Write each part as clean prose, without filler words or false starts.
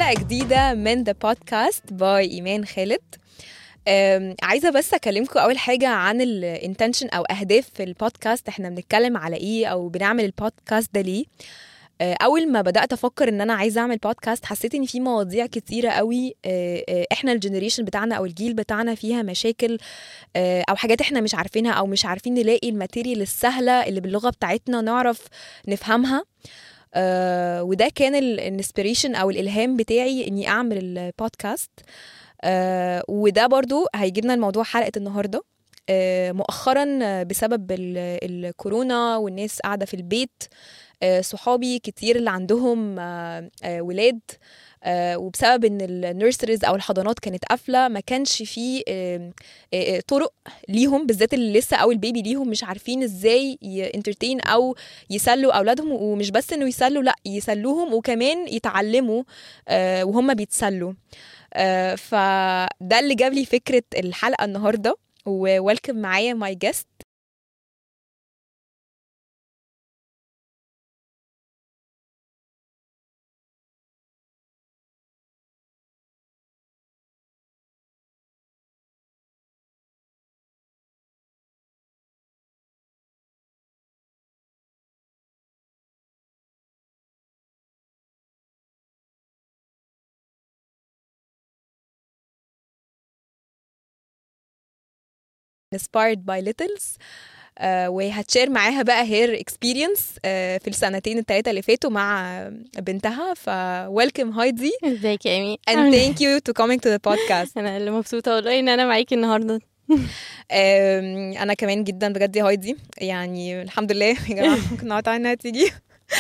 حلقة جديدة من The Podcast باي إيمان خالد. عايزة بس أكلمكم أول حاجة عن الانتنشن أو أهداف في البودكاست. احنا بنتكلم على إيه أو بنعمل البودكاست ده ليه؟ أول ما بدأت أفكر إن أنا عايزة أعمل بودكاست حسيت إن في مواضيع كتيرة قوي إحنا الجنريشن بتاعنا أو الجيل بتاعنا فيها مشاكل أو حاجات إحنا مش عارفينها أو مش عارفين نلاقي الماتيريال السهلة اللي باللغة بتاعتنا نعرف نفهمها. وده كان الانسبيريشن او الالهام بتاعي اني اعمل البودكاست. وده برضو هيجيبنا الموضوع حلقة النهاردة. مؤخرا بسبب الكورونا والناس قاعدة في البيت، صحابي كتير اللي عندهم ولاد، وبسبب ان النيرسريز او الحضانات كانت قافله ما كانش فيه طرق ليهم، بالذات اللي لسه اول بيبي ليهم مش عارفين ازاي ينترتين او يسلوا اولادهم، ومش بس انه يسلوا، لا يسلوهم وكمان يتعلموا وهم بيتسلوا. فده اللي جاب لي فكره الحلقه النهارده. وويلكم معايا ماي جيست. inspired by littles. وهتشير معاها بقى هير اكسبيرينس في السنتين الثلاثه اللي فاتوا مع بنتها. فويلكم هايدي. ازيك يا ايمي؟ and thank you to coming to the podcast. انا اللي مبسوطه والله ان انا معاكي النهارده. انا كمان جدا بجد يا هايدي، يعني الحمد لله يا جماعه كنا قاطعين انها تيجي.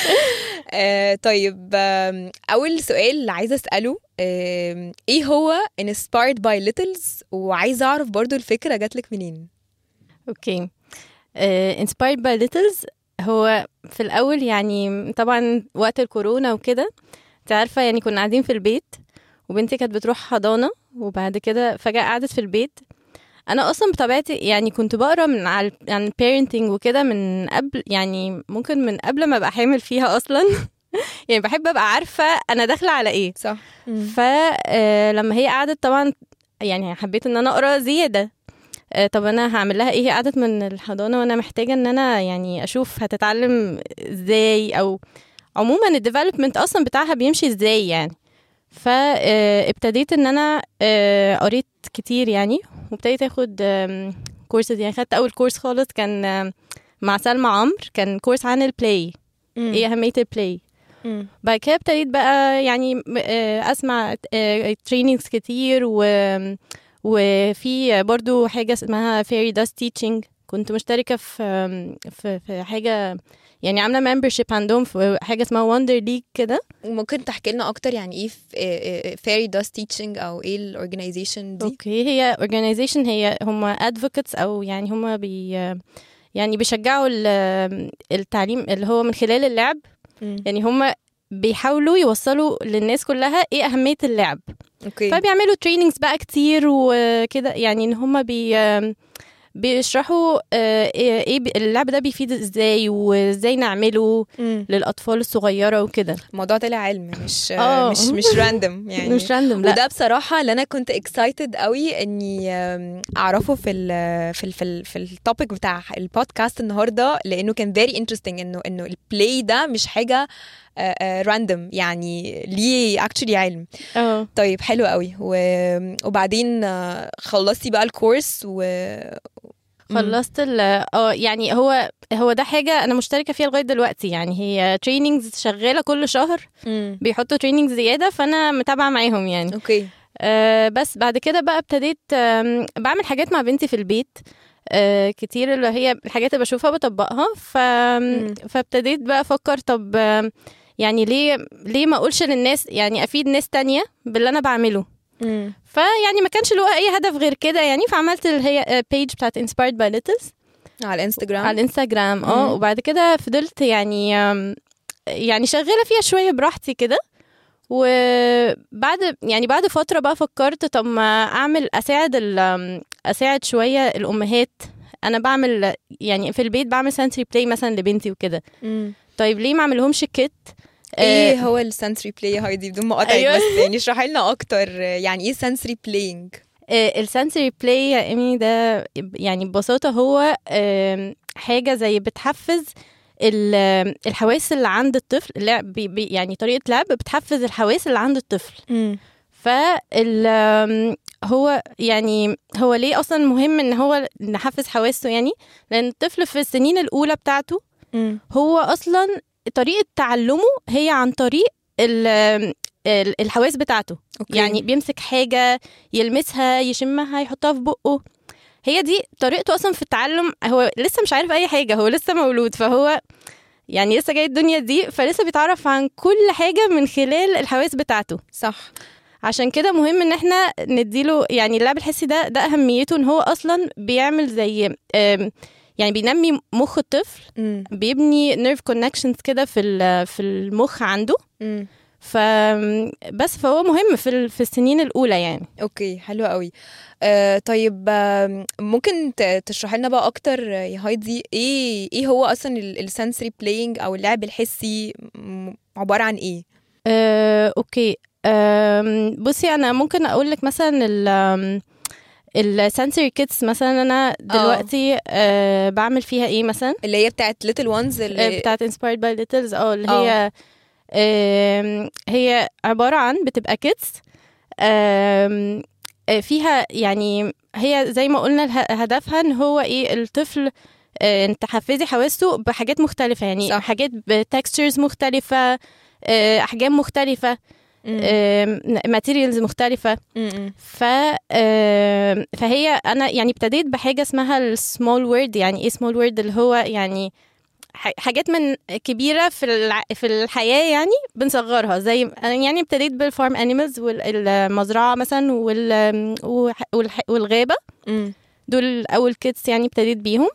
طيب، اول سؤال عايزه اساله ايه هو inspired by littles، وعايزه اعرف برضو الفكره جاتلك منين. اوكي. inspired by littles هو في الاول يعني طبعا وقت الكورونا وكده، انت عارفه يعني كنا قاعدين في البيت وبنتي كانت بتروح حضانه، وبعد كده فجاه قعدت في البيت. انا اصلا بطبيعتي يعني كنت بقرا عن البيرنتنج وكده من قبل، يعني ممكن من قبل ما ابقى حامل فيها اصلا. يعني بحب ابقى عارفه انا داخله على ايه، صح. فلما هي قعدت طبعا يعني حبيت ان انا اقرا زياده. طب انا هعمل لها ايه؟ هي قعدت من الحضانه وانا محتاجه ان انا يعني اشوف هتتعلم ازاي، او عموما الديفلوبمنت اصلا بتاعها بيمشي ازاي يعني. فابتديت ان انا قريت كتير يعني، وابتديت اخد كورسز. يعني خدت اول كورس خالص كان مع سلمى عمرو، كان كورس عن البلاي، ايه اهميه البلاي. بعد كده ابتديت بقى يعني اسمع ترينينجز كتير، وفي برضو حاجه اسمها فيري داست تيتشنج. كنت مشتركه في حاجه، يعني عامله ممبرشيب عندهم في حاجه اسمها وندر ليج كده. وممكن تحكي لنا اكتر يعني ايه فيري داست تيتشنج او ايه الاورجنايزيشن دي؟ اوكي، هي اورجنايزيشن، هي هم ادفوكيتس، او يعني هم يعني بيشجعوا التعليم اللي هو من خلال اللعب. يعني هم بيحاولوا يوصلوا للناس كلها ايه اهميه اللعب. اوكي. فبيعملوا تريننجز بقى كتير وكده، يعني ان هم بيشرحوا ايه اللعب ده بيفيد ازاي، وازاي نعمله للاطفال الصغيره وكده. الموضوع طلع علم، مش راندوم يعني، مش راندوم. لا، وده بصراحه اللي انا كنت اكسايتد قوي اني اعرفه في التوبيك بتاع البودكاست النهارده، لانه كان very interesting انه البلاي ده مش حاجه راندوم، يعني ليه actually علم. طيب حلو قوي. وبعدين خلصتي بقى الكورس خلصت يعني هو ده حاجه انا مشتركه فيها لغايه دلوقتي. يعني هي تريننجز شغاله كل شهر، بيحطوا تريننجز زياده، فانا متابعه معاهم يعني. اوكي. بس بعد كده بقى ابتديت بعمل حاجات مع بنتي في البيت كتير، اللي هي الحاجات اللي بشوفها بطبقها. فابتديت بقى افكر، طب يعني ليه ما اقولش للناس، يعني افيد ناس تانية باللي انا بعمله. فيعني ما كانش له اي هدف غير كده يعني. فعملت اللي هي بيج بتاعت inspired by littles على الانستغرام. وبعد كده فضلت يعني شغالة فيها شوية براحتي كده. وبعد فترة بقى فكرت، طب ما اعمل اساعد شوية الامهات. انا بعمل يعني في البيت بعمل سنتري بلاي مثلا لبنتي وكده. طيب ليه ما اعملهمش كيت ايه هو السنسوري بلاي هايدي بدون ما اقطعك؟ أيوة. بس يعني اشرحي لنا اكتر يعني ايه سنسوري بلاينج. السنسوري بلاي يا إيمي ده يعني ببساطة هو حاجة زي بتحفز الحواس اللي عند الطفل. يعني طريقة لعب بتحفز الحواس اللي عند الطفل. هو يعني هو ليه أصلا مهم إن هو نحفز حواسه؟ يعني لأن الطفل في السنين الأولى بتاعته هو أصلا طريقة تعلمه هي عن طريق الحواس بتاعته. أوكي. يعني بيمسك حاجة يلمسها يشمها يحطها في بقه، هي دي طريقته أصلا في التعلم. هو لسه مش عارف أي حاجة، هو لسه مولود، فهو يعني لسه جاي الدنيا دي، فلسه بيتعرف عن كل حاجة من خلال الحواس بتاعته. صح. عشان كده مهم ان احنا نديله يعني اللعب الحسي ده اهميته ان هو اصلا بيعمل زي يعني بينمي مخ الطفل، بيبني نيرف كونكشنز كده في المخ عنده. فهو مهم في السنين الاولى يعني. اوكي، حلو قوي. طيب ممكن تشرحي لنا بقى اكتر يا هايدي ايه هو اصلا السنسوري بلاينج او اللعب الحسي عباره عن ايه؟ اوكي. بصي انا ممكن اقول لك مثلا السنسوري كيتس مثلا انا دلوقتي بعمل فيها ايه مثلا، اللي هي بتاعت ليتل وانز، اللي بتاعت inspired by littles. اللي هي عبارة عن بتبقى كيتس فيها يعني هي زي ما قلنا هدفها ان هو ايه الطفل تحفزي حواسه بحاجات مختلفة. يعني صح. حاجات بتكستشرز مختلفة، احجام مختلفة، ماتيريالز مختلفة. فهي انا يعني ابتديت بحاجة اسمها السمول وورد. يعني ايه سمول وورد؟ اللي هو يعني حاجات من كبيرة في الحياة يعني بنصغرها. زي يعني ابتديت بالفارم انيمالز والمزرعة مثلا والغابة. دول اول كيتس يعني ابتديت بيهم.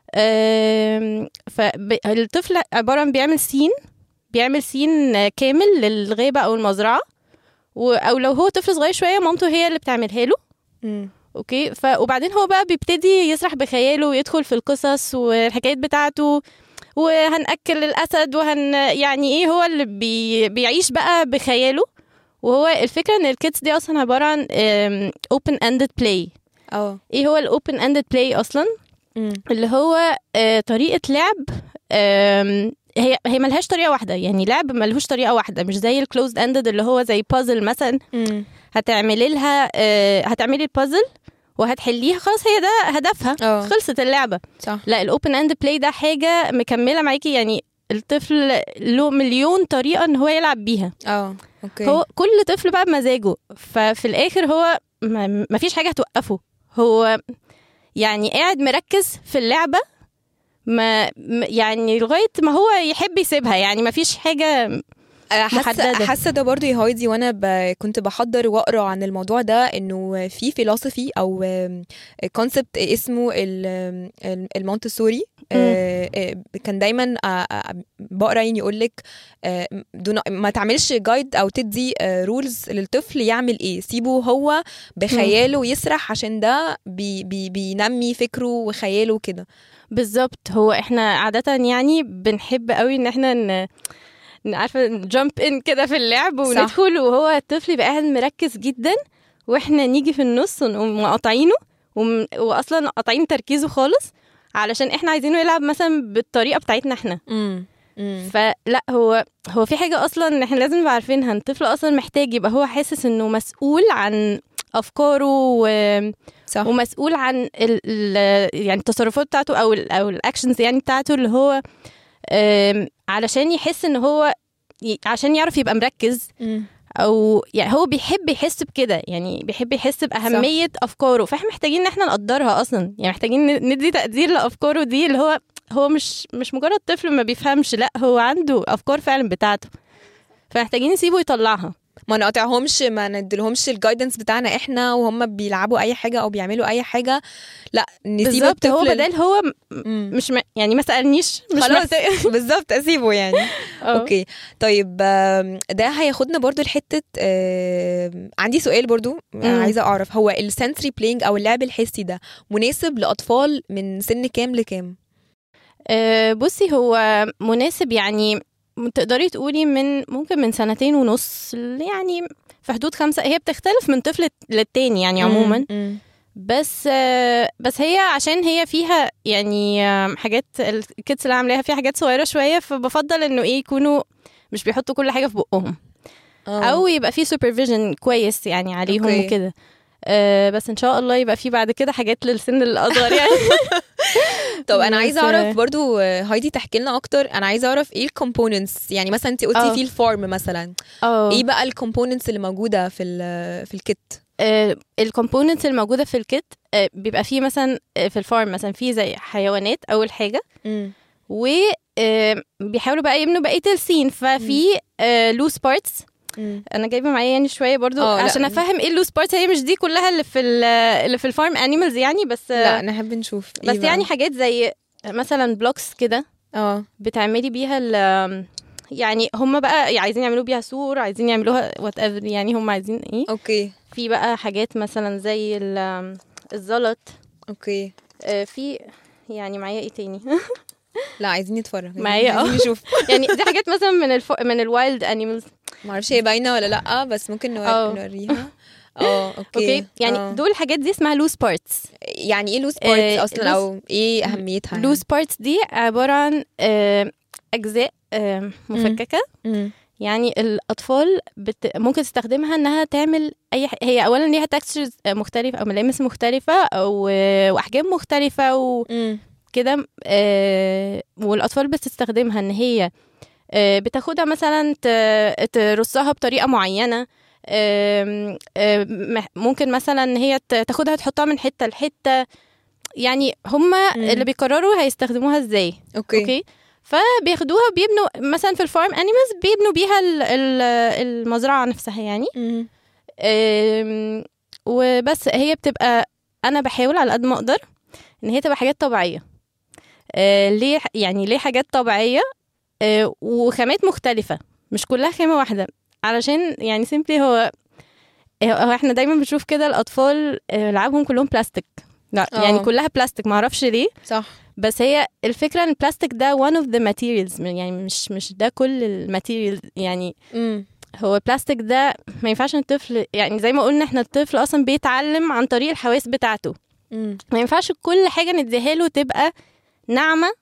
فالطفل عبارة عن بيعمل سين كامل للغابة او المزرعة، او لو هو طفل صغير شوية مامته هي اللي بتعملها له. اوكي. وبعدين هو بقى بيبتدي يسرح بخياله ويدخل في القصص والحكايات بتاعته، وهنأكل الأسد يعني ايه هو اللي بيعيش بقى بخياله. وهو الفكرة ان الكيتس دي اصلا عبارة عن open ended play. ايه هو الاوبن ended play اصلا؟ اللي هو طريقة لعب هي ملهاش طريقة واحدة. يعني لعب ملهوش طريقة واحدة، مش زي الكلوزد اندد اللي هو زي بازل مثلا. هتعملي البازل وهتحليها خلاص، هي ده هدفها. خلصت اللعبة. صح. لا، الاوبن اند بلاي ده حاجة مكملة معاكي. يعني الطفل له مليون طريقة ان هو يلعب بيها. اوكي. هو كل طفل بقى بمزاجه، ففي الاخر هو ما فيش حاجة هتوقفه. هو يعني قاعد مركز في اللعبة، يعني لغاية ما هو يحب يسيبها. يعني ما فيش حاجة حاسه ده برضو يا هايدي. وانا كنت بحضر واقرا عن الموضوع ده انه في فيلوسفي او كونسبت اسمه المونتسوري. كان دايما بقرا يعني يقول لك ما تعملش جايد او تدي رولز للطفل يعمل ايه، سيبه هو بخياله يسرح، عشان ده بينمي فكره وخياله كده. بالظبط. هو احنا عادة يعني بنحب قوي ان احنا عارفه جامب ان كده في اللعب وندخل، وهو الطفل يبقى قاعد مركز جدا، واحنا نيجي في النص ونقوم مقاطعينه واصلا قاطعين تركيزه خالص علشان احنا عايزينه يلعب مثلا بالطريقه بتاعتنا احنا. فلا، هو في حاجه اصلا احنا لازم نبقى عارفينها. الطفل اصلا محتاج يبقى هو حاسس انه مسؤول عن افكاره صح. ومسؤول عن يعني التصرفات بتاعته او الاكشنز يعني بتاعته، اللي هو علشان يحس ان هو عشان يعرف يبقى مركز. او يعني هو بيحب يحس بكده، يعني بيحب يحس بأهمية صح. افكاره. فاحنا محتاجين ان احنا نقدرها اصلا. يعني محتاجين ندي تقدير لافكاره دي، اللي هو مش مجرد طفل ما بيفهمش، لا هو عنده افكار فعلا بتاعته، فمحتاجين نسيبه يطلعها. ما نقطعهمش، ما نديلهمش الجايدنس بتاعنا احنا وهم بيلعبوا اي حاجه او بيعملوا اي حاجه. لا، نسيب الطفل. هو بدل هو مش يعني ما سالنيش، مش خلاص بالظبط اسيبه يعني. اوكي. طيب ده هياخدنا برضو لحته عندي سؤال برضو عايزه اعرف، هو السنسوري بلاينج او اللعب الحسي ده مناسب لاطفال من سن كام لكام؟ بصي، هو مناسب يعني تقدري تقولي ممكن من 2.5 يعني في حدود 5. هي بتختلف من طفل للتاني يعني عموما. بس هي عشان هي فيها يعني حاجات الكيدز اللي عاملاها فيها حاجات صغيرة شوية، فبفضل انه يكونوا مش بيحطوا كل حاجة في بقهم او يبقى في supervision كويس يعني عليهم وكده. بس ان شاء الله يبقى في بعد كده حاجات للسن الاصغر يعني. طب انا عايزه اعرف برضو هايدي تحكي لنا اكتر. انا عايزه اعرف ايه الكومبوننتس، يعني مثلا انت قلتي في الفارم مثلا ايه بقى الكومبوننتس اللي موجوده في الكيت؟ الكومبوننتس الموجوده في الكيت بيبقى فيه مثلا في الفارم مثلا في زي حيوانات اول حاجه، وبيحاولوا بقى يبنوا بقيه السين. ففي لوس بارتس انا جايبه معايا يعني شويه برضو عشان افهم ايه اللوس بارتس. هي مش دي كلها اللي في الفارم انيمالز يعني، بس لا نحب نشوف بس إيه يعني حاجات زي مثلا بلوكس كده بتعملي بيها يعني هم بقى عايزين يعملوا بيها سور، عايزين يعملوها وات ايفر يعني هم عايزين ايه. اوكي. في بقى حاجات مثلا زي الزلط. اوكي. في يعني معايا ايه تاني؟ لا عايزين نتفرج معايا عايزين نشوف. يعني دي حاجات مثلا من الوايلد انيمالز، ما اعرفش هي باينه ولا لا، بس ممكن نوريها. اوكي يعني دول الحاجات دي اسمها لوس بارتس. يعني ايه لوس بارتس اصلا او ايه اهميتها؟ لوس بارتس دي عباره عن اجزاء مفككه. يعني الاطفال ممكن تستخدمها انها تعمل هي اولا ليها تكستشرز مختلفه او ملامس مختلفه واحجام مختلفه وكده. والاطفال بتستخدمها ان هي بتاخدها مثلا ترصها بطريقه معينه. ممكن مثلا ان هي تاخدها تحطها من حته لحته. يعني هما اللي بيقرروا هيستخدموها ازاي. اوكي. فبياخدوها بيبنوا مثلا في الفارم انيمالز بيبنوا بيها المزرعه نفسها يعني. وبس هي بتبقى انا بحاول على قد ما اقدر ان هي تبقى حاجات طبيعيه. ليه حاجات طبيعيه وخامات مختلفه، مش كلها خامه واحده، علشان يعني سيمبلي هو احنا دايما بنشوف كده الاطفال لعبهم كلهم بلاستيك. لا يعني كلها بلاستيك، ما اعرفش ليه. صح. بس هي الفكره ان البلاستيك ده one of the materials يعني مش ده كل الماتيريالز يعني. هو البلاستيك ده ما ينفعش الطفل يعني زي ما قلنا احنا الطفل اصلا بيتعلم عن طريق الحواس بتاعته. ما ينفعش كل حاجه نديها له تبقى ناعمه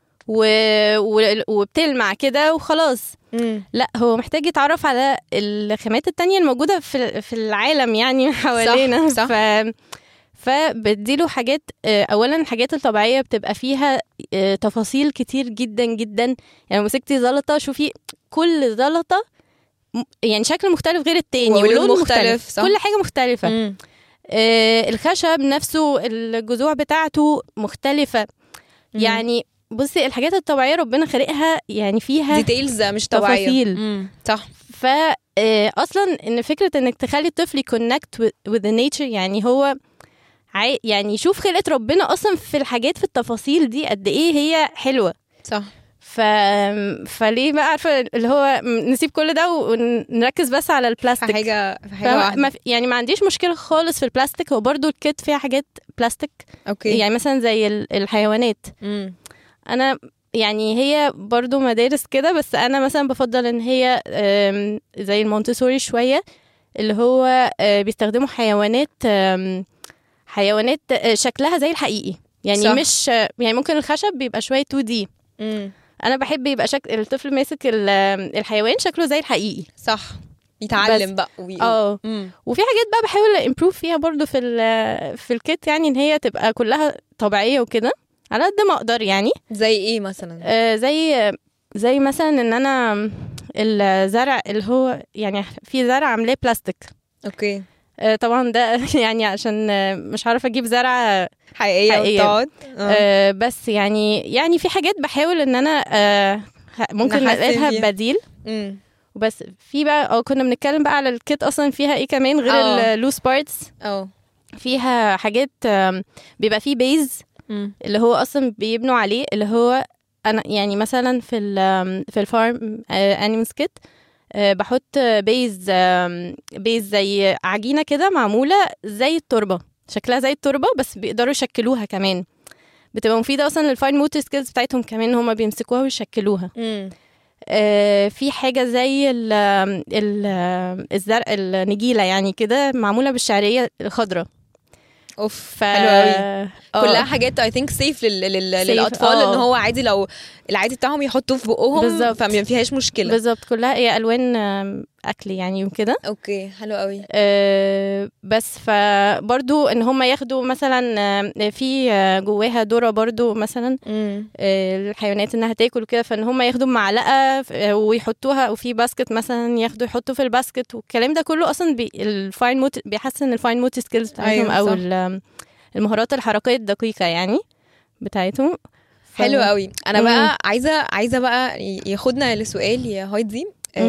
وبتلمع كده وخلاص. لا هو محتاج يتعرف على الخامات التانية الموجوده في العالم يعني حوالينا. صح. فبديله حاجات اولا الحاجات الطبيعيه بتبقى فيها تفاصيل كتير جدا جدا. يعني مسكتي زلطه شوفي كل زلطه يعني شكل مختلف غير التاني ولون مختلف. صح. كل حاجه مختلفه. الخشب نفسه الجذوع بتاعته مختلفه. يعني بصي الحاجات الطبيعيه ربنا خلقها يعني فيها ديتيلز مش طبيعيه. تفاصيل. صح. اصلا ان فكره انك تخلي الطفل يكونكت with the nature يعني هو يعني يشوف خلقة ربنا اصلا في الحاجات في التفاصيل دي قد ايه هي حلوه. صح. فليه بقى عارفه اللي هو نسيب كل ده ونركز بس على البلاستيك. في حاجه يعني ما عنديش مشكله خالص في البلاستيك. هو برضو الكيت فيها حاجات بلاستيك. اوكي. يعني مثلا زي الحيوانات. انا يعني هي برضو مدارس كده، بس انا مثلا بفضل ان هي زي المونتسوري شويه اللي هو بيستخدموا حيوانات شكلها زي الحقيقي يعني. صح. مش يعني ممكن الخشب بيبقى شويه 2D. انا بحب يبقى شكل الطفل ماسك الحيوان شكله زي الحقيقي. صح. يتعلم بقى وفي حاجات بقى بحاول امبروف فيها برضو في الكيت يعني ان هي تبقى كلها طبيعيه وكده على قد ما اقدر يعني. زي ايه مثلا؟ زي مثلا ان انا الزرع اللي هو يعني في زرع عاملاه بلاستيك. اوكي. طبعا ده يعني عشان مش عارفه اجيب زرع حقيقيه. بس يعني في حاجات بحاول ان انا ممكن نلاقيها بديل. وبس في بقى كنا بنتكلم بقى على الكيت اصلا فيها ايه كمان غير اللوس بارتس. فيها حاجات بيبقى فيه بيز اللي هو اصلا بيبنوا عليه اللي هو انا يعني مثلا في الفارم انيمالز كيت بحط بيز زي عجينه كده معموله زي التربه، شكلها زي التربه بس بيقدروا يشكلوها كمان. بتبقى مفيده اصلا للفاين موتور سكيلز بتاعتهم كمان، هما بيمسكوها ويشكلوها. في حاجة زي الزرق النجيلة يعني كده، معمولة بالشعرية الخضراء. اوف حلو قوي. كلها حاجات اي ثينك سيف للاطفال، ان هو عادي لو العادي بتاعهم يحطوه في بقهم فما فيهاش مشكله. بالظبط، كلها هي الوان اكل يعني وكده. اوكي حلو قوي. بس فبرضو ان هم ياخدوا مثلا في جواها ذره برضو مثلا الحيوانات انها تاكل كده، فان هم ياخدوا معلقه ويحطوها، وفي باسكت مثلا ياخدوا يحطوا في الباسكت، والكلام ده كله اصلا الفاين موت بيحسن الفاين موت سكيلز بتاعتهم. او المهارات الحركيه الدقيقه يعني بتاعتهم. حلو قوي. انا بقى عايزه بقى ياخدنا لسؤال يا هايدي.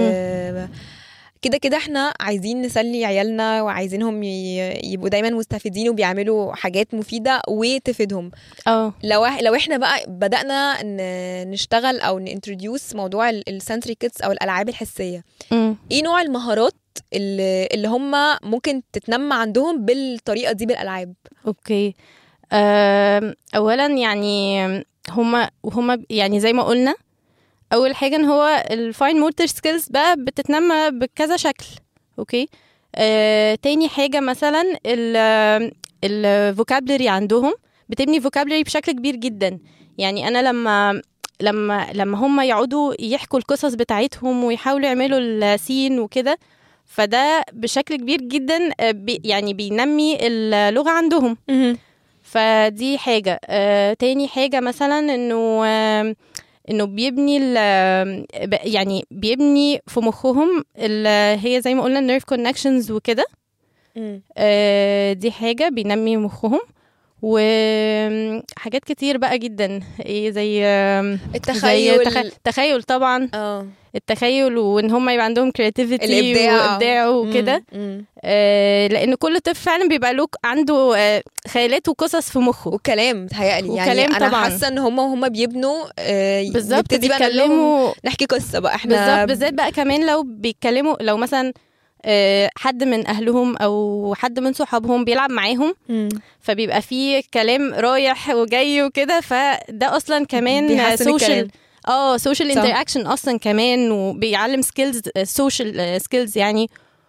كده احنا عايزين نسلي عيالنا وعايزينهم يبقوا دايما مستفيدين وبيعملوا حاجات مفيدة وتفيدهم. لو احنا بقى بدأنا نشتغل او نintroduce موضوع السنسوري كيتس او الالعاب الحسية، ايه نوع المهارات اللي هم ممكن تتنمى عندهم بالطريقة دي بالالعاب؟ اوكي. اولا يعني هم يعني زي ما قلنا، اول حاجه ان هو الفاين موتور سكيلز بقى بتتنمى بكذا شكل. اوكي. تاني حاجه مثلا الفوكابلري عندهم بتبني فوكابلري بشكل كبير جدا. يعني انا لما هم يقعدوا يحكوا القصص بتاعتهم ويحاولوا يعملوا السين وكده، فده بشكل كبير جدا يعني بينمي اللغه عندهم. فدي حاجه. تاني حاجه مثلا انه بيبني يعني بيبني في مخهم هي زي ما قلنا النيرف كونكشنز وكده. دي حاجه بينمي مخهم. وحاجات كتير بقى جدا زي التخيل طبعا. التخيل، وان هم يبقى عندهم كرياتيفيتي وابداع وكده. لان كل طفل فعلا بيبقى له عنده خيالات وقصص في مخه وكلام متهيألي. يعني انا حاسه ان هم بيبنوا بالظبط، بيتكلموا نحكي قصه بقى احنا بالظبط. بالذات بقى كمان لو بيتكلموا، لو مثلا حد من اهلهم او حد من صحابهم بيلعب معاهم، فبيبقى فيه كلام رايح وجاي وكده، فده اصلا كمان سوشيال انتراكشن اصلا كمان، وبيعلم سكيلز سوشيال سكيلز يعني.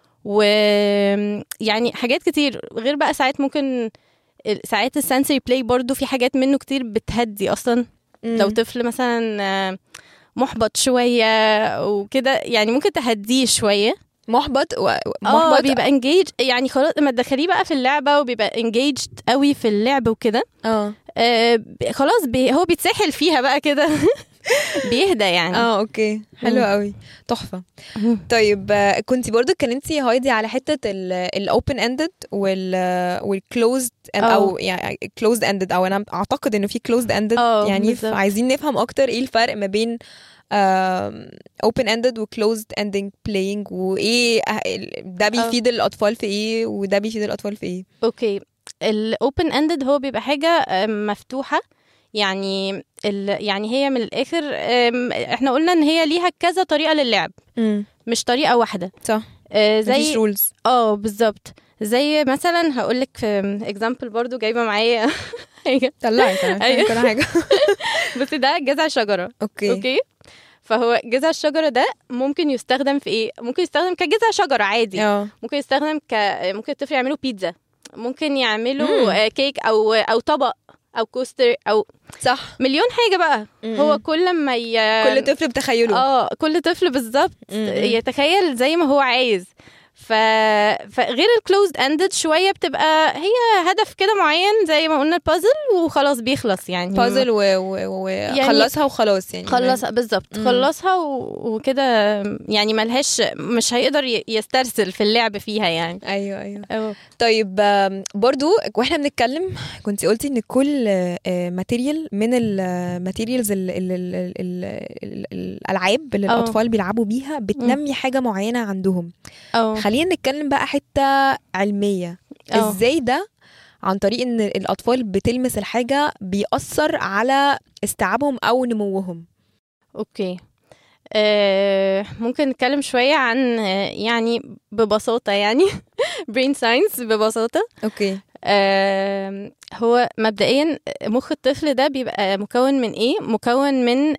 ويعني حاجات كتير غير بقى ساعات ممكن ساعات السنسوري بلاي برضو في حاجات منه كتير بتهدي اصلا. لو طفل مثلا محبط شويه وكده، يعني ممكن تهديه شويه. محبط بيبقى انجيج يعني، خلاص لما تدخليه بقى في اللعبه وبيبقى انجيج قوي في اللعب وكده. خلاص هو بيتسحل فيها بقى كده بيهدى يعني. اوكي حلو قوي، تحفه. طيب كنتي برضو اتكلمتي هايدي على حته الاوبن اندد والكلوزد او يعني كلوزد اندد، او انا اعتقد انه في كلوزد اندد يعني. عايزين نفهم اكتر ايه الفرق ما بين open ended و closed ending playing، وايه ده بيفيد الاطفال في ايه وده بيفيد الاطفال في ايه؟ اوكي. الاوبن اندد هو بيبقى حاجه مفتوحه، يعني يعني هي من الاخر احنا قلنا ان هي ليها كذا طريقه للعب، مش طريقه واحده. صح. زي مفيش رولز. بالظبط. زي مثلا هقول لك في اكزامبل برضو جايبه معايا حاجه. طلعي كل حاجه. بس ده جذع شجره. اوكي. فهو جذع الشجره ده ممكن يستخدم في ايه؟ ممكن يستخدم كجذع شجره عادي. ممكن يستخدم ممكن الطفل يعملوا بيتزا، ممكن يعملوا كيك او طبق او كوستر او صح مليون حاجه بقى. هو كل ما كل طفل بتخيله. كل طفل بالظبط يتخيل زي ما هو عايز. فغير الكلوزد اندد شويه بتبقى هي هدف كده معين، زي ما قلنا البازل وخلاص بيخلص يعني. بازل وخلصها يعني خلاص يعني خلصها بالظبط. خلصها وكده يعني، ملهاش مش هيقدر يسترسل في اللعب فيها يعني. ايوه. طيب برضو واحنا بنتكلم كنتي قلتي ان كل ماتيريال من الماتيريالز الالعاب اللي الاطفال بيلعبوا بيها بتنمي حاجه معينه عندهم. خلينا نتكلم بقى حتة علمية. ازاي ده عن طريق ان الاطفال بتلمس الحاجة بيأثر على استيعابهم او نموهم؟ اوكي. ممكن نتكلم شوية عن يعني ببساطة يعني brain science ببساطة. اوكي. هو مبدئيا مخ الطفل ده بيبقى مكون من ايه؟ مكون من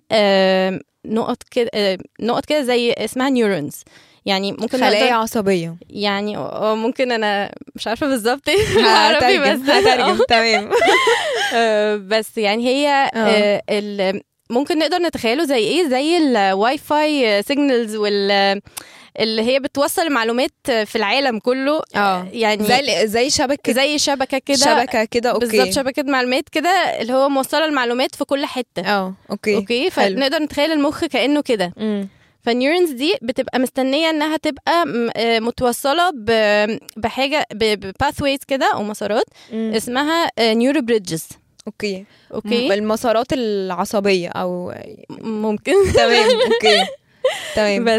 نقط كده زي اسمها نيورونز. يعني ممكن خلايا عصبيه يعني ممكن انا مش عارفه بالظبط هترجم تمام. بس يعني هي ممكن نقدر نتخيله زي ايه؟ زي الواي فاي سيجنالز اللي هي بتوصل المعلومات في العالم كله. يعني زي شبكه كده اوكي بالظبط، شبكه معلومات كده اللي هو موصله المعلومات في كل حته. اوكي فنقدر نتخيل المخ كانه كده. فالنيورونز دي بتبقى مستنيه انها تبقى متوصله بحاجه بباثويز كده او مسارات اسمها نيورو بريدجز. اوكي المسارات العصبيه او ممكن تمام اوكي تمام. بس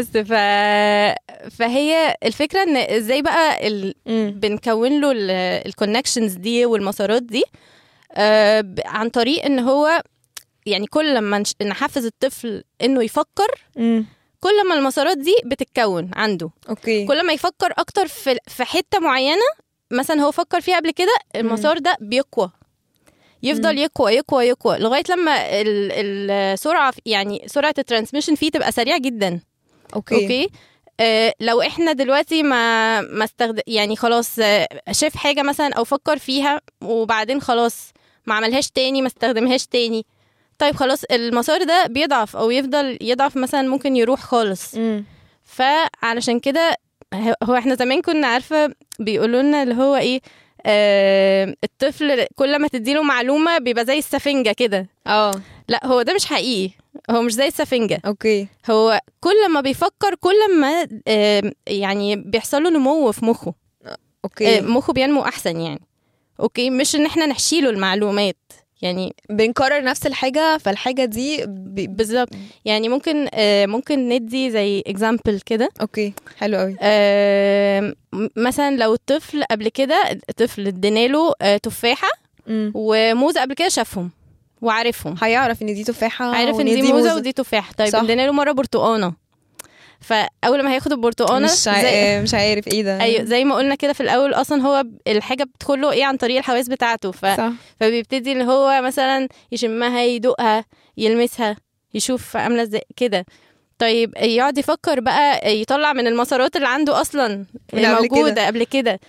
فهي الفكره ان ازاي بقى بنكون له الكونكشنز دي والمسارات دي عن طريق ان هو يعني كل لما نحفز الطفل انه يفكر كل ما المسارات دي بتتكون عنده. كل ما يفكر اكتر في حته معينه مثلا هو فكر فيها قبل كده المسار ده بيقوى، يفضل يقوى لغايه لما السرعه يعني سرعه الترانسميشن فيه تبقى سريعه جدا. اوكي لو احنا دلوقتي ما يعني خلاص شاف حاجه مثلا او فكر فيها وبعدين خلاص ما عملهاش تاني ما استخدمهاش تاني، طيب خلاص المسار ده بيضعف او يفضل يضعف مثلا ممكن يروح خالص. فعلشان كده هو احنا زمان كنا عارفه بيقولوا لنا اللي هو ايه الطفل كل ما تديله معلومه بيبقى زي السفنجه كده. لا هو ده مش حقيقي، هو مش زي السفنجه. هو كل ما بيفكر كل ما يعني بيحصل له نمو في مخه. مخه بينمو احسن يعني. مش ان احنا نحشيله المعلومات، يعني بنكرر نفس الحاجه فالحاجه دي بالظبط. يعني ممكن ندي زي اكزامبل كده. حلو قوي. مثلا لو الطفل قبل كده الطفل اديناله تفاحه وموزه قبل كده شافهم وعارفهم، هيعرف ان دي تفاحه، عارف ان دي موزه ودي تفاحه. طيب اديناله مره برتقانه، فاول ما هياخد البرتقانه مش عارف ايه ده. ايوه زي ما قلنا كده في الاول اصلا هو الحاجه بتدخله ايه عن طريق الحواس بتاعته. فبيبتدي اللي هو مثلا يشمها يدوقها يلمسها يشوف عامله ازاي كده. طيب يقعد يفكر بقى يطلع من المسارات اللي عنده اصلا موجوده قبل كده.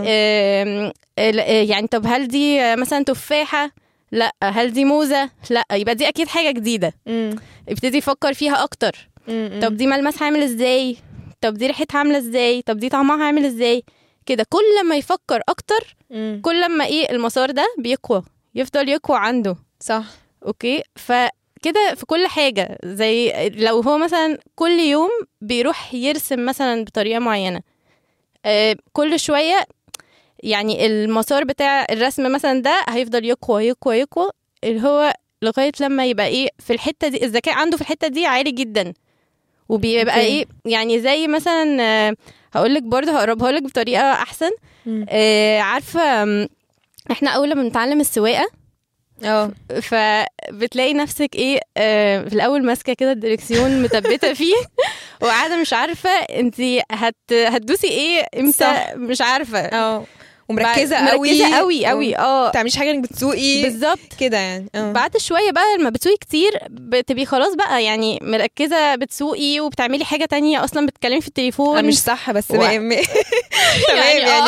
يعني طب هل دي مثلا تفاحه؟ لا. هل دي موزه؟ لا. يبقى دي اكيد حاجه جديده. يبتدي يفكر فيها اكتر. طب دي ملمسها عامل ازاي؟ طب دي ريحتها عامله ازاي؟ طب دي طعمها عامل ازاي؟ كده كل ما يفكر اكتر كل ما ايه المسار ده بيقوى، يفضل يقوى عنده. صح. فكده في كل حاجه. زي لو هو مثلا كل يوم بيروح يرسم مثلا بطريقه معينه كل شويه يعني المسار بتاع الرسم مثلا ده هيفضل يقوى اللي هو لغايه لما يبقى ايه في الحته دي الذكاء عنده في الحته دي عالي جدا. وبيبقى ايه يعني زي مثلا هقولك برضه هقربها لك بطريقه احسن. عارفه احنا اول ما بنتعلم السواقه فبتلاقي نفسك ايه في الاول ماسكه كده الدركسيون مثبته فيه وقاعده مش عارفه انت هتدوسي ايه امتى. مش عارفه ومركزه قوي تعمليش حاجه انك بتسوقي بالظبط كده يعني. بعد شويه بقى لما بتسوقي كتير بتبقي خلاص بقى يعني مركزه بتسوقي وبتعملي حاجه تانية اصلا بتتكلمي في التليفون. مش صح بس تمام يعني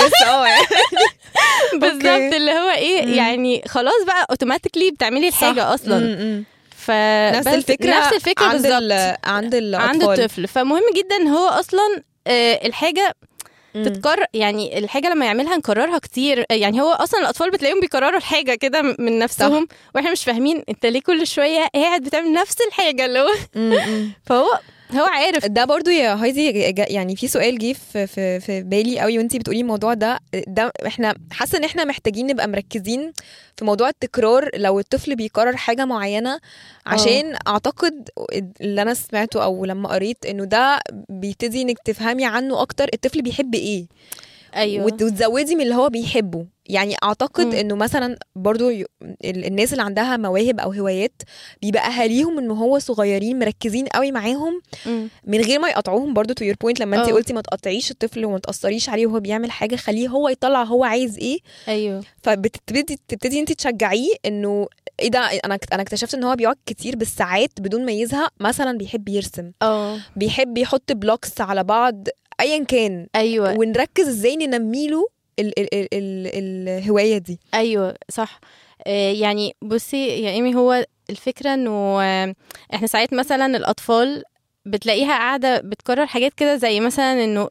بالظبط اللي هو ايه يعني خلاص بقى اوتوماتيكلي بتعملي الحاجه اصلا. نفس الفكره بالظبط عند الطفل. فمهم جدا هو اصلا الحاجه تتكرر. يعني الحاجه لما يعملها نكررها كتير. يعني هو اصلا الاطفال بتلاقيهم بيكرروا الحاجه كده من نفسهم واحنا مش فاهمين انت ليه كل شويه قاعد بتعمل نفس الحاجه اللي هو فهو عارف ده. برضو يا هايدي يعني في سؤال جه في بالي قوي وانتي بتقولي الموضوع ده احنا حاسه ان احنا محتاجين نبقى مركزين في موضوع التكرار لو الطفل بيكرر حاجه معينه عشان اعتقد اللي انا سمعته او لما قريت انه ده بيبتدي انك تفهمي عنه اكتر الطفل بيحب ايه ايوه وتزودي من اللي هو بيحبه. يعني اعتقد انه مثلا برضو الناس اللي عندها مواهب او هوايات بيبقى اهاليهم انه هو صغيرين مركزين قوي معاهم من غير ما يقطعوهم. برضو to your point لما انت قلتي ما تقطعيش الطفل وما تأثريش عليه وهو بيعمل حاجة، خليه هو يطلع هو عايز ايه. ايوه تبتدي انت تشجعيه انه ايه ده. انا اكتشفت ان هو بيقعد كتير بالساعات بدون ما يزهق. مثلا بيحب يرسم، بيحب يحط بلوكس على بعض ايا كان. ايوه ونركز ازاي ننميله الهواية دي. ايوه صح. يعني بصي يا ايمي، هو الفكرة انه احنا ساعات مثلا الاطفال بتلاقيها قاعدة بتكرر حاجات كده، زي مثلا انه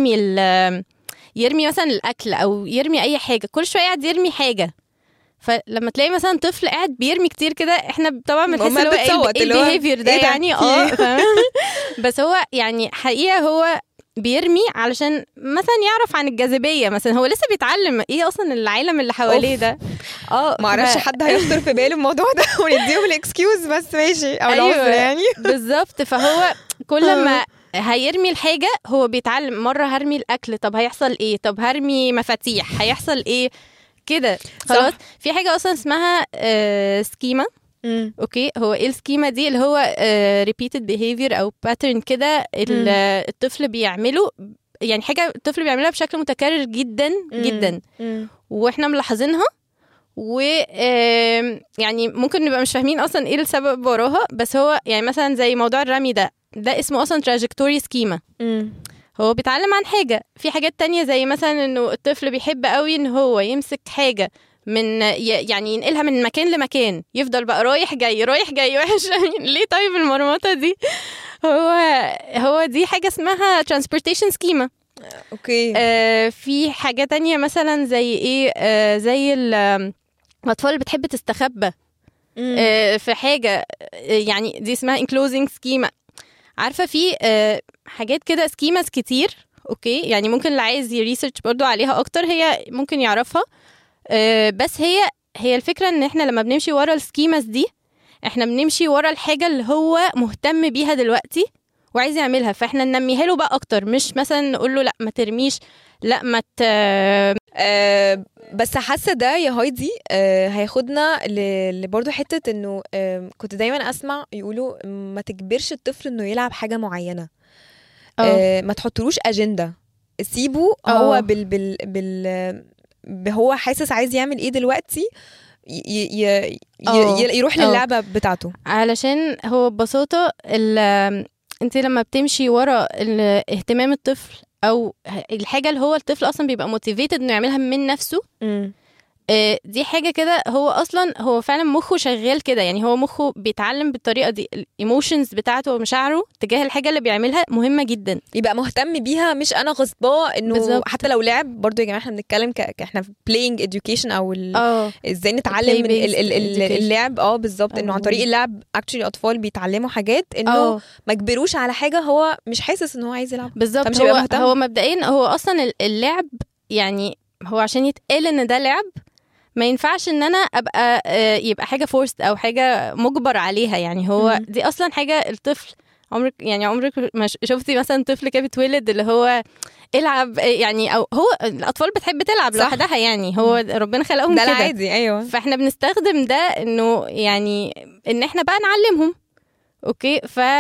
يرمي مثلا الاكل او يرمي اي حاجة، كل شوية قاعد يرمي حاجة. فلما تلاقي مثلا طفل قاعد بيرمي كتير كده، احنا طبعا بنحس اللي هو ايه البيهيفير ده يعني بس هو يعني حقيقة هو بيرمي علشان مثلا يعرف عن الجاذبية مثلا. هو لسه بيتعلم ايه اصلا العالم اللي حواليه ده. ما اعرفش حد هيخطر في باله الموضوع ده ونديهم الاكسكيوز بس ماشي او العذر يعني. بالظبط. فهو كل ما هيرمي الحاجة هو بيتعلم. مرة هرمي الأكل، طب هيحصل ايه؟ طب هرمي مفاتيح، هيحصل ايه كده؟ خلاص. في حاجة أصلا اسمها سكيما. اوكي، هو ايه السكيما دي؟ اللي هو repeated behavior او pattern كده الطفل بيعمله. يعني حاجة الطفل بيعملها بشكل متكرر جدا جدا واحنا ملاحظينها، و يعني ممكن نبقى مش فاهمين اصلا ايه السبب وراها. بس هو يعني مثلا زي موضوع الرمي ده اسمه اصلا trajectory schema. هو بيتعلم عن حاجة. في حاجات تانية زي مثلا انه الطفل بيحب قوي ان هو يمسك حاجة من يعني ينقلها من مكان لمكان، يفضل بقى رايح جاي رايح جاي وحش. ليه طيب المرمطة دي؟ هو دي حاجة اسمها transportation schema. اوكي. في حاجة تانية مثلا زي ايه؟ زي الأطفال بتحب تستخبى في حاجة، يعني دي اسمها enclosing schema. عارفة في حاجات كده سكيماز كتير. اوكي، يعني ممكن اللي عايز يريسيرش برضو عليها اكتر هي ممكن يعرفها. بس هي الفكرة ان احنا لما بنمشي ورا السكيماز دي احنا بنمشي ورا الحاجة اللي هو مهتم بيها دلوقتي وعايز يعملها، فاحنا ننميها له بقى اكتر، مش مثلا نقول له لا ما ترميش، لا ما بس حاسه ده يا هايدي هياخدنا برضو حته انه كنت دايما اسمع يقولوا ما تجبرش الطفل انه يلعب حاجه معينه. ما تحطلوش اجنده، سيبه هو هو حاسس عايز يعمل ايه دلوقتي، يروح للعبه بتاعته. علشان هو ببساطه انت لما بتمشي ورا اهتمام الطفل او الحاجه اللي هو الطفل اصلا بيبقى موتيفيتد انه يعملها من نفسه، دي حاجه كده هو اصلا هو فعلا مخه شغال كده. يعني هو مخه بيتعلم بالطريقه دي. الايموشنز بتاعته ومشاعره تجاه الحاجه اللي بيعملها مهمه جدا، يبقى مهتم بيها، مش انا غصباه انه بالزبط. حتى لو لعب برضو يا جماعه احنا بنتكلم احنا في playing education او ازاي نتعلم من اللعب. بالظبط، انه عن طريق اللعب actually الاطفال بيتعلموا حاجات انه ما جبروش على حاجه هو مش حاسس ان هو عايز يلعب. بالظبط. هو مبدئيا هو اصلا اللعب يعني هو عشان يتقال ان ده لعب ما ينفعش ان انا ابقى يبقى حاجه فورست او حاجه مجبر عليها. يعني هو دي اصلا حاجه الطفل عمرك ما شفتي مثلا طفل كده بيتولد اللي هو العب يعني، او هو الاطفال بتحب تلعب لوحدها. يعني هو ربنا خلقهم كده، ده العادي. ايوه، فاحنا بنستخدم ده انه يعني ان احنا بقى نعلمهم. اوكي،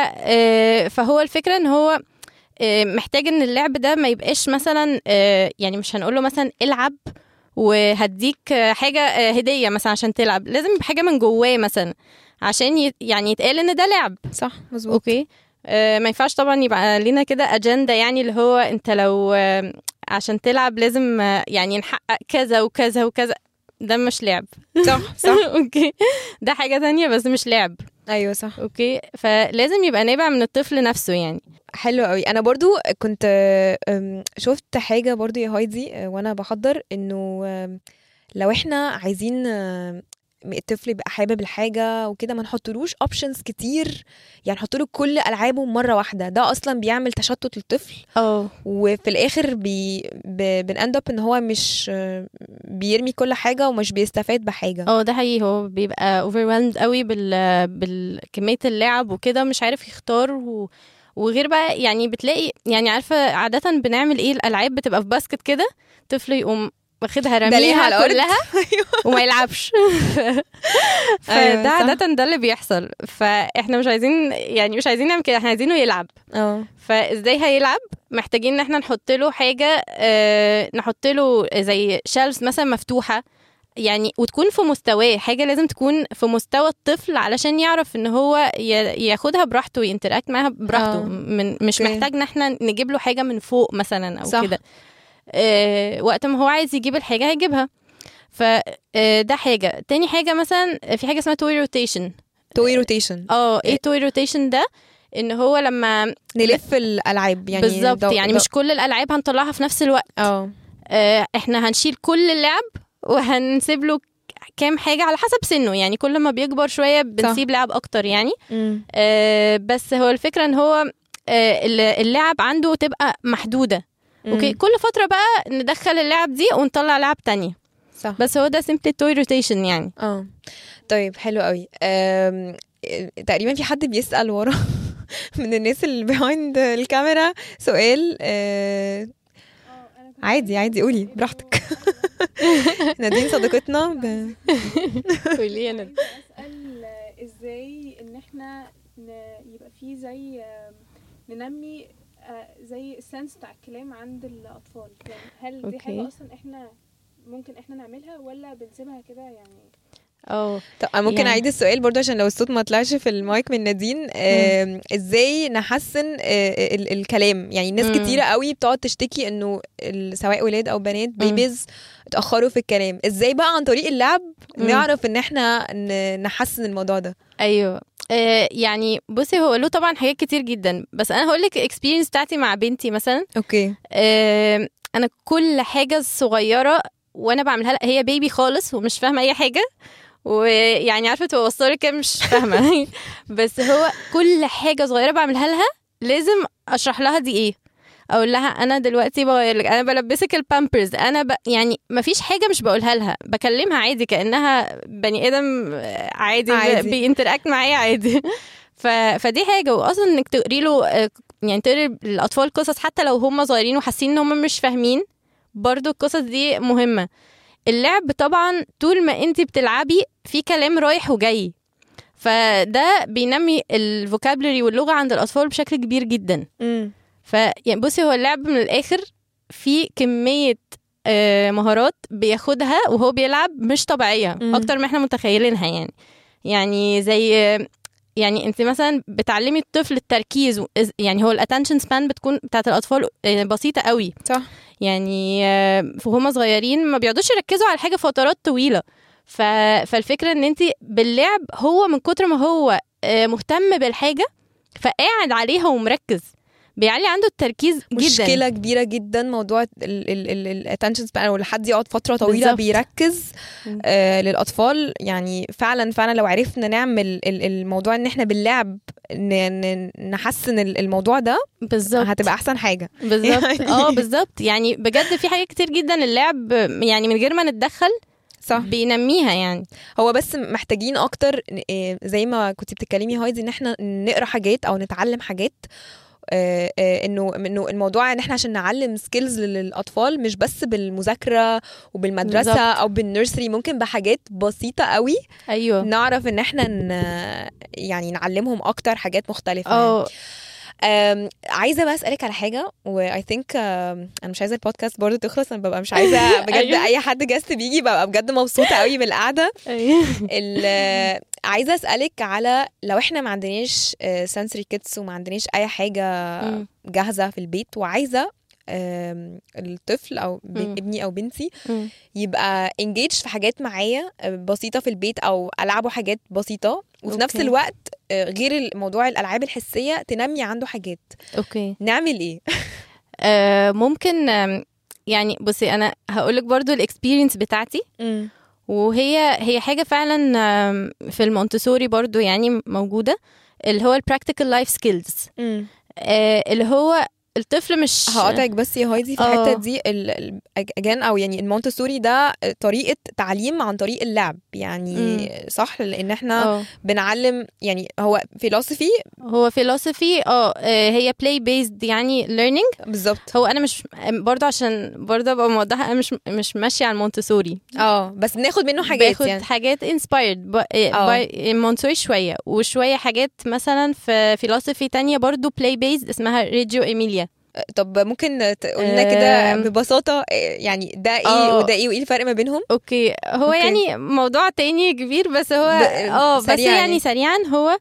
فهو الفكره ان هو محتاج ان اللعب ده ما يبقاش مثلا يعني مش هنقول له مثلا العب وهديك حاجة هدية مثلا عشان تلعب. لازم يبقى حاجة من جواه مثلا عشان يعني يتقال ان ده لعب. صح، مظبوط. اوكي. ما ينفعش طبعا يبقى لنا كده اجندة، يعني اللي هو انت لو عشان تلعب لازم يعني نحقق كذا وكذا وكذا. ده مش لعب. صح. اوكي، ده حاجة تانية بس مش لعب. ايوه صح. اوكي، فلازم يبقى نابع من الطفل نفسه يعني. حلو قوي. انا برضو كنت شفت حاجه برضو يا هايدي وانا بحضر انه لو احنا عايزين الطفل يبقى حابب الحاجه وكده ما نحطلوش اوبشنز كتير. يعني نحط له كل العابه مره واحده، ده اصلا بيعمل تشتت للطفل. وفي الاخر بنأند اب ان هو مش بيرمي كل حاجه ومش بيستفاد بحاجه. ده حقيقي. هو بيبقى overwhelmed قوي بالكميه اللعب وكده، مش عارف يختار. وغير بقى يعني بتلاقي يعني عارفه عاده بنعمل ايه، الالعاب بتبقى في باسكت كده، الطفل يقوم واخدها ده ليه على رميها الأرض؟ كلها وما يلعبش. فده عادة ده اللي بيحصل. فاحنا مش عايزين نعمل كده، احنا عايزينه يلعب. فازاي هيلعب؟ محتاجين ان احنا نحط له حاجة، نحط له زي شيلفز مثلا مفتوحة يعني، وتكون في مستواه، حاجة لازم تكون في مستوى الطفل علشان يعرف ان هو ياخدها براحته وينتراكت معاها براحته. مش محتاج ان احنا نجيب له حاجة من فوق مثلا او كده. وقت ما هو عايز يجيب الحاجة هيجيبها. فده حاجة. تاني حاجة مثلا في حاجة اسمها توي روتيشن. ايه توي روتيشن ده؟ ان هو لما نلف الالعاب يعني بالظبط، يعني مش كل الالعاب هنطلعها في نفس الوقت. احنا هنشيل كل اللعب وهنسيب له كام حاجة على حسب سنه، يعني كل ما بيكبر شوية بنسيب لعب اكتر يعني. بس هو الفكرة ان هو اللعب عنده تبقى محدودة. اوكي، كل فترة بقى ندخل اللعب دي ونطلع لعب تانية. صح. بس هو ده سيمبلي توي روتيشن يعني. طيب حلو قوي. تقريبا في حد بيسأل ورا من الناس اللي بيهايند الكاميرا سؤال. عادي قولي براحتك. نادين صديقتنا قولي. انا اسال ازاي ان احنا يبقى في زي ننمي زي السنس بتاع الكلام عند الاطفال، يعني هل دي حاجه اصلا احنا ممكن احنا نعملها ولا بنسيبها كده يعني؟ طب ممكن يعني اعيد السؤال برضه عشان لو الصوت ما طلعش في المايك من نادين. ازاي نحسن الكلام؟ يعني ناس كتيره قوي بتقعد تشتكي انه سواء ولاد او بنات بيبيز اتاخروا في الكلام. ازاي بقى عن طريق اللعب نعرف ان احنا نحسن الموضوع ده؟ ايوه. يعني بصي، هو له طبعا حاجات كتير جدا، بس انا هقول لك الاكسبيرينس بتاعتي مع بنتي مثلا. اوكي. انا كل حاجه صغيره وانا بعملها، هي بيبي خالص ومش فاهمه اي حاجه، ويعني عارفه توصلي كده مش فاهمه. بس هو كل حاجه صغيره بعملها لها لازم اشرح لها دي ايه. اقول لها انا دلوقتي انا بلبسك البامبرز، يعني ما فيش حاجه مش بقولها لها، بكلمها عادي كانها بني ادم عادي. بينتراكت معايا عادي. فدي حاجه. واصلا انك تقري له، يعني تقري الاطفال قصص حتى لو هم صغيرين وحاسين ان هم مش فاهمين، برضو القصص دي مهمه. اللعب طبعا طول ما انت بتلعبي في كلام رايح وجاي، فده بينمي الفوكابلري واللغه عند الاطفال بشكل كبير جدا. يعني بصي، هو اللعب من الاخر في كميه مهارات بياخدها وهو بيلعب مش طبيعيه، اكتر ما احنا متخيلينها. يعني زي يعني انت مثلا بتعلمي الطفل التركيز، يعني هو الاتنشن سبان بتكون بتاعت الاطفال بسيطه قوي. صح. يعني فهم صغيرين ما بيقعدوش يركزوا على حاجه فترات طويله. فالفكره ان انت باللعب، هو من كتر ما هو مهتم بالحاجه فقاعد عليها ومركز، بيعلي عنده التركيز جدا. مشكله كبيره جدا موضوع الاتنشن سبان، او حد يقعد فتره طويله بالزبط. بيركز للاطفال. يعني فعلا لو عرفنا نعمل الموضوع ان احنا باللعب نحسن الموضوع ده بالظبط، هتبقى احسن حاجه. بالظبط. بالظبط. يعني بجد في حاجات كتير جدا اللعب يعني من غير ما نتدخل صح بينميها. يعني هو بس محتاجين اكتر زي ما كنتي بتتكلمي هايدي، ان احنا نقرا حاجات او نتعلم حاجات. انه الموضوع ان احنا عشان نعلم سكيلز للاطفال مش بس بالمذاكره وبالمدرسه بالزبط. او بالنيرسري، ممكن بحاجات بسيطه قوي. ايوه، نعرف ان احنا يعني نعلمهم اكتر حاجات مختلفه. عايزه بقى اسالك على حاجه، واي ثينك انا مش عايزه البودكاست برضه تخلص، انا ببقى مش عايزه بجد. أيوه. اي حد جاست بيجي ببقى بجد مبسوطه قوي بالقعده. أيوه. عايزه اسالك على لو احنا ما عندناش سنسوري كيتس وما عندناش اي حاجه جاهزه في البيت، وعايزه الطفل او ابني او بنتي يبقى engaged في حاجات معايا بسيطه في البيت، او العبوا حاجات بسيطه، وفي نفس الوقت غير الموضوع الالعاب الحسيه تنمي عنده حاجات. نعمل ايه؟ ممكن يعني بصي، انا هقولك برضو الاكسبيرينس بتاعتي. وهي حاجه فعلا في المونتسوري برضو يعني موجوده، اللي هو البراكتيكال لايف سكيلز، اللي هو الطفل مش هقاطعك بس يا هايدي في الحته دي اجان او يعني المونتسوري ده طريقه تعليم عن طريق اللعب يعني صح لان احنا بنعلم يعني هو فيلوسفي هي play based يعني learning بالظبط. هو انا مش برضه عشان برضه ابقى موضحه انا مش ماشيه على المونتسوري بس بناخد منه حاجات باخد يعني حاجات inspired by مونتسوري شويه وشويه حاجات مثلا في فيلوسفي تانية برضه play based اسمها ريجيو إيميليا. طب ممكن تقولنا كده ببساطة يعني ده ايه وده ايه وايه الفرق ما بينهم؟ اوكي هو يعني موضوع تاني كبير بس هو بس يعني سريعا هو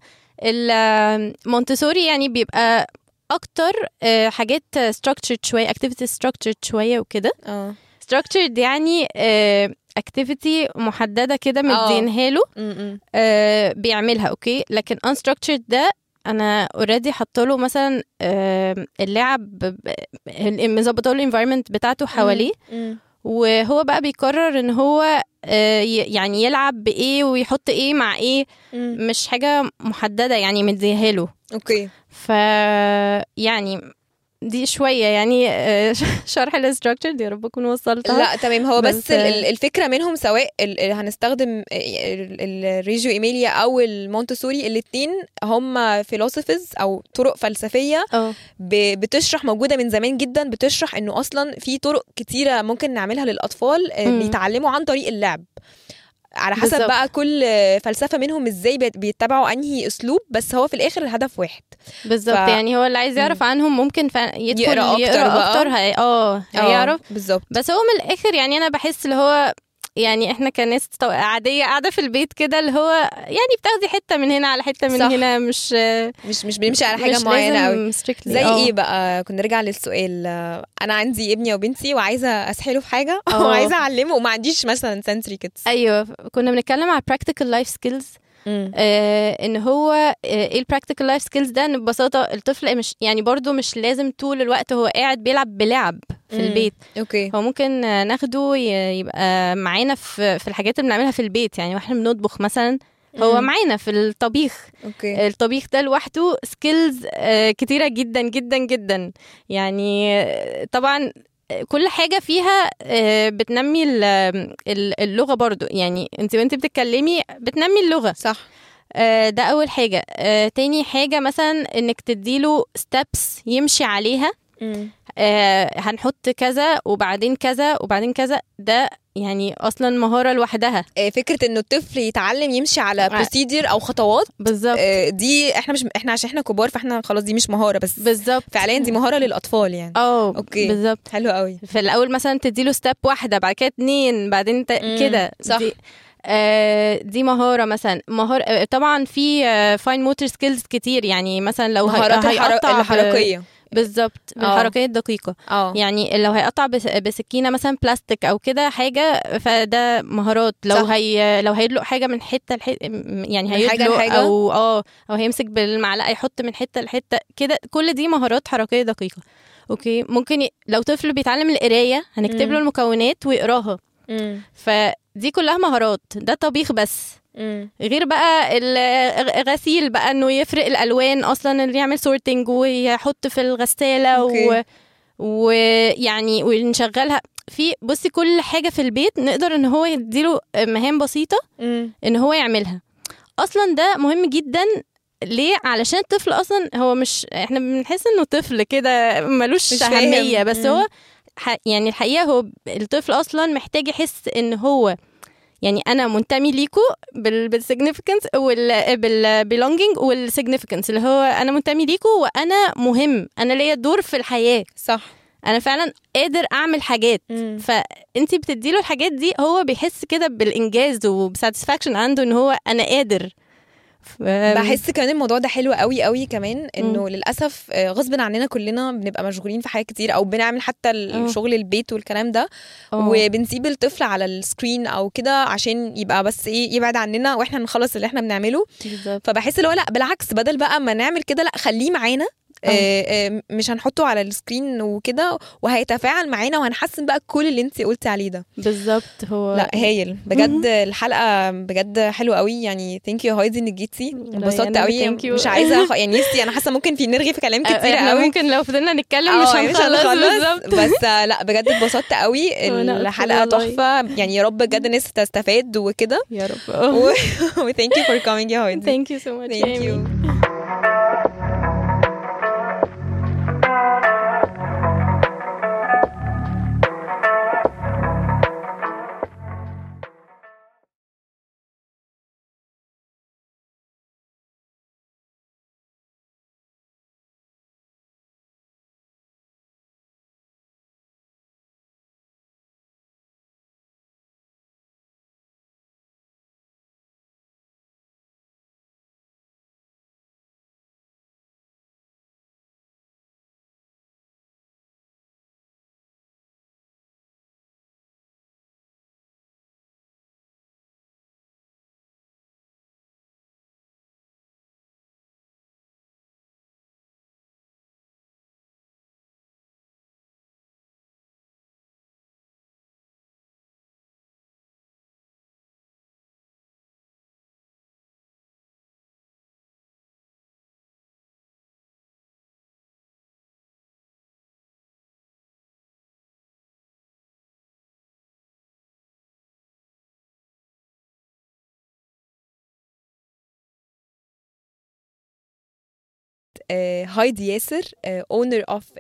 المونتسوري يعني بيبقى اكتر حاجات structured شوية activity structured شوية وكده. structured يعني activity محددة كده مدينها له بيعملها اوكي لكن unstructured ده انا اوريدي حطله مثلا اللعب مظبطه له الانفايرمنت بتاعته حواليه وهو بقى بيقرر ان هو يعني يلعب بايه ويحط ايه مع ايه مش حاجه محدده يعني مديها له اوكي. ف يعني دي شويه يعني شرح الاستراكشر دي يا رب اكون وصلتها. لا تمام هو بس الفكره منهم سواء هنستخدم الريجيو إيميليا او المونتسوري الاثنين هم فيلوسوفيز او طرق فلسفيه بتشرح موجوده من زمان جدا بتشرح انه اصلا في طرق كتيره ممكن نعملها للأطفال بيتعلموا عن طريق اللعب على حسب بالزبط. بقى كل فلسفة منهم ازاي بيتبعوا انهي اسلوب بس هو في الاخر الهدف واحد بالظبط. يعني هو اللي عايز يعرف عنهم ممكن يدخل يقرأ اكتر هيعرف بالظبط. بس هو من الاخر يعني انا بحس اللي هو يعني احنا كناس عادية قاعدة في البيت كده اللي هو يعني بتاخدي حتة من هنا على حتة من صح. هنا مش بنمشي على حاجة معينة قوي زي ايه بقى. كنا نرجع للسؤال انا عندي ابني وبنتي وعايزة اسحله في حاجة وعايزة اعلمه وما عنديش مثلا sensory kids. ايوه كنا بنتكلم على practical life skills ان هو ايه البراكتيكال لايف سكيلز ده ان ببساطه الطفل مش يعني برضو مش لازم طول الوقت هو قاعد بيلعب بلعب في البيت. اوكي. هو ممكن ناخده يبقى معانا في الحاجات اللي بنعملها في البيت يعني واحنا بنطبخ مثلا هو معانا في الطبيخ. أوكي. الطبيخ ده لوحده سكيلز كتيره جدا جدا جدا يعني طبعا كل حاجة فيها بتنمي اللغة برضو يعني انت وانت بتتكلمي بتنمي اللغة صح. ده أول حاجة. تاني حاجة مثلا انك تديله steps يمشي عليها. هنحط كذا وبعدين كذا وبعدين كذا ده يعني اصلا مهارة لوحدها. فكرة انه الطفل يتعلم يمشي على بروسيدير او خطوات بالظبط. دي احنا عشان احنا كبار فاحنا خلاص دي مش مهارة بس بالظبط فعليا دي مهارة للأطفال يعني. اوكي بالظبط. حلو قوي. في الأول مثلا تديله ستيب واحدة بعد كده 2 بعدين كده صح. دي مهارة مثلا مهارة طبعا في فاين موتور سكيلز كتير يعني مثلا لو مهارات الحركية بالظبط بالحركية الدقيقة. يعني لو هيقطع بسكينة مثلا بلاستيك او كده حاجة فده مهارات. لو هيدلق حاجة من حتة يعني هيدلق او هيمسك بالمعلقة يحط من حتة لحتة كده كل دي مهارات حركية دقيقة. اوكي ممكن لو طفل بيتعلم القراية هنكتب له المكونات ويقراها فدي كلها مهارات. ده طبيخ بس غير بقى الغسيل بقى انه يفرق الالوان اصلا اللي يعمل سورتنج ويحط في الغسالة ويعني ونشغلها في بصي كل حاجة في البيت نقدر ان هو يديله مهام بسيطة ان هو يعملها. اصلا ده مهم جدا ليه؟ علشان الطفل اصلا هو مش احنا بنحس انه طفل كده ملوش أهمية بس هو يعني الحقيقة هو الطفل اصلا محتاج يحس ان هو يعني انا منتمي ليكو بالسيجنيفيكانس بالبيلونجينج والسيجنيفيكانس اللي هو انا منتمي ليكو وانا مهم انا ليا دور في الحياة صح. انا فعلا قادر اعمل حاجات فانتي بتديله الحاجات دي هو بيحس كده بالانجاز وبساتسفاكشن عنده ان هو انا قادر. بحس كمان الموضوع ده حلو قوي قوي كمان انه للاسف غصب عننا كلنا بنبقى مشغولين في حاجات كتير او بنعمل حتى الشغل البيت والكلام ده وبنسيب الطفل على السكرين او كده عشان يبقى بس ايه يبعد عننا واحنا نخلص اللي احنا بنعمله. فبحس اللي هو لا بالعكس بدل بقى ما نعمل كده لا خليه معانا مش هنحطه على السكرين وكده، وهيتفاعل معانا وهنحسن بقى كل اللي انت قلتي عليه ده. بالظبط. هو لا هايل بجد، الحلقه بجد حلوه قوي يعني. ثانك يو هايدي انك جيتي، انبسطت قوي. مش عايزه يعني نفسي، انا حاسه ممكن في نرغي في كلام كتير قوي، ممكن لو فضلنا نتكلم مش هنخلص بالظبط. بس لا بجد اتبسطت قوي، الحلقه تحفه يعني. يا رب بجد الناس تستفاد وكده يا رب. thank you for coming يا هايدي. thank you so much. thank you. هايدي ياسر owner of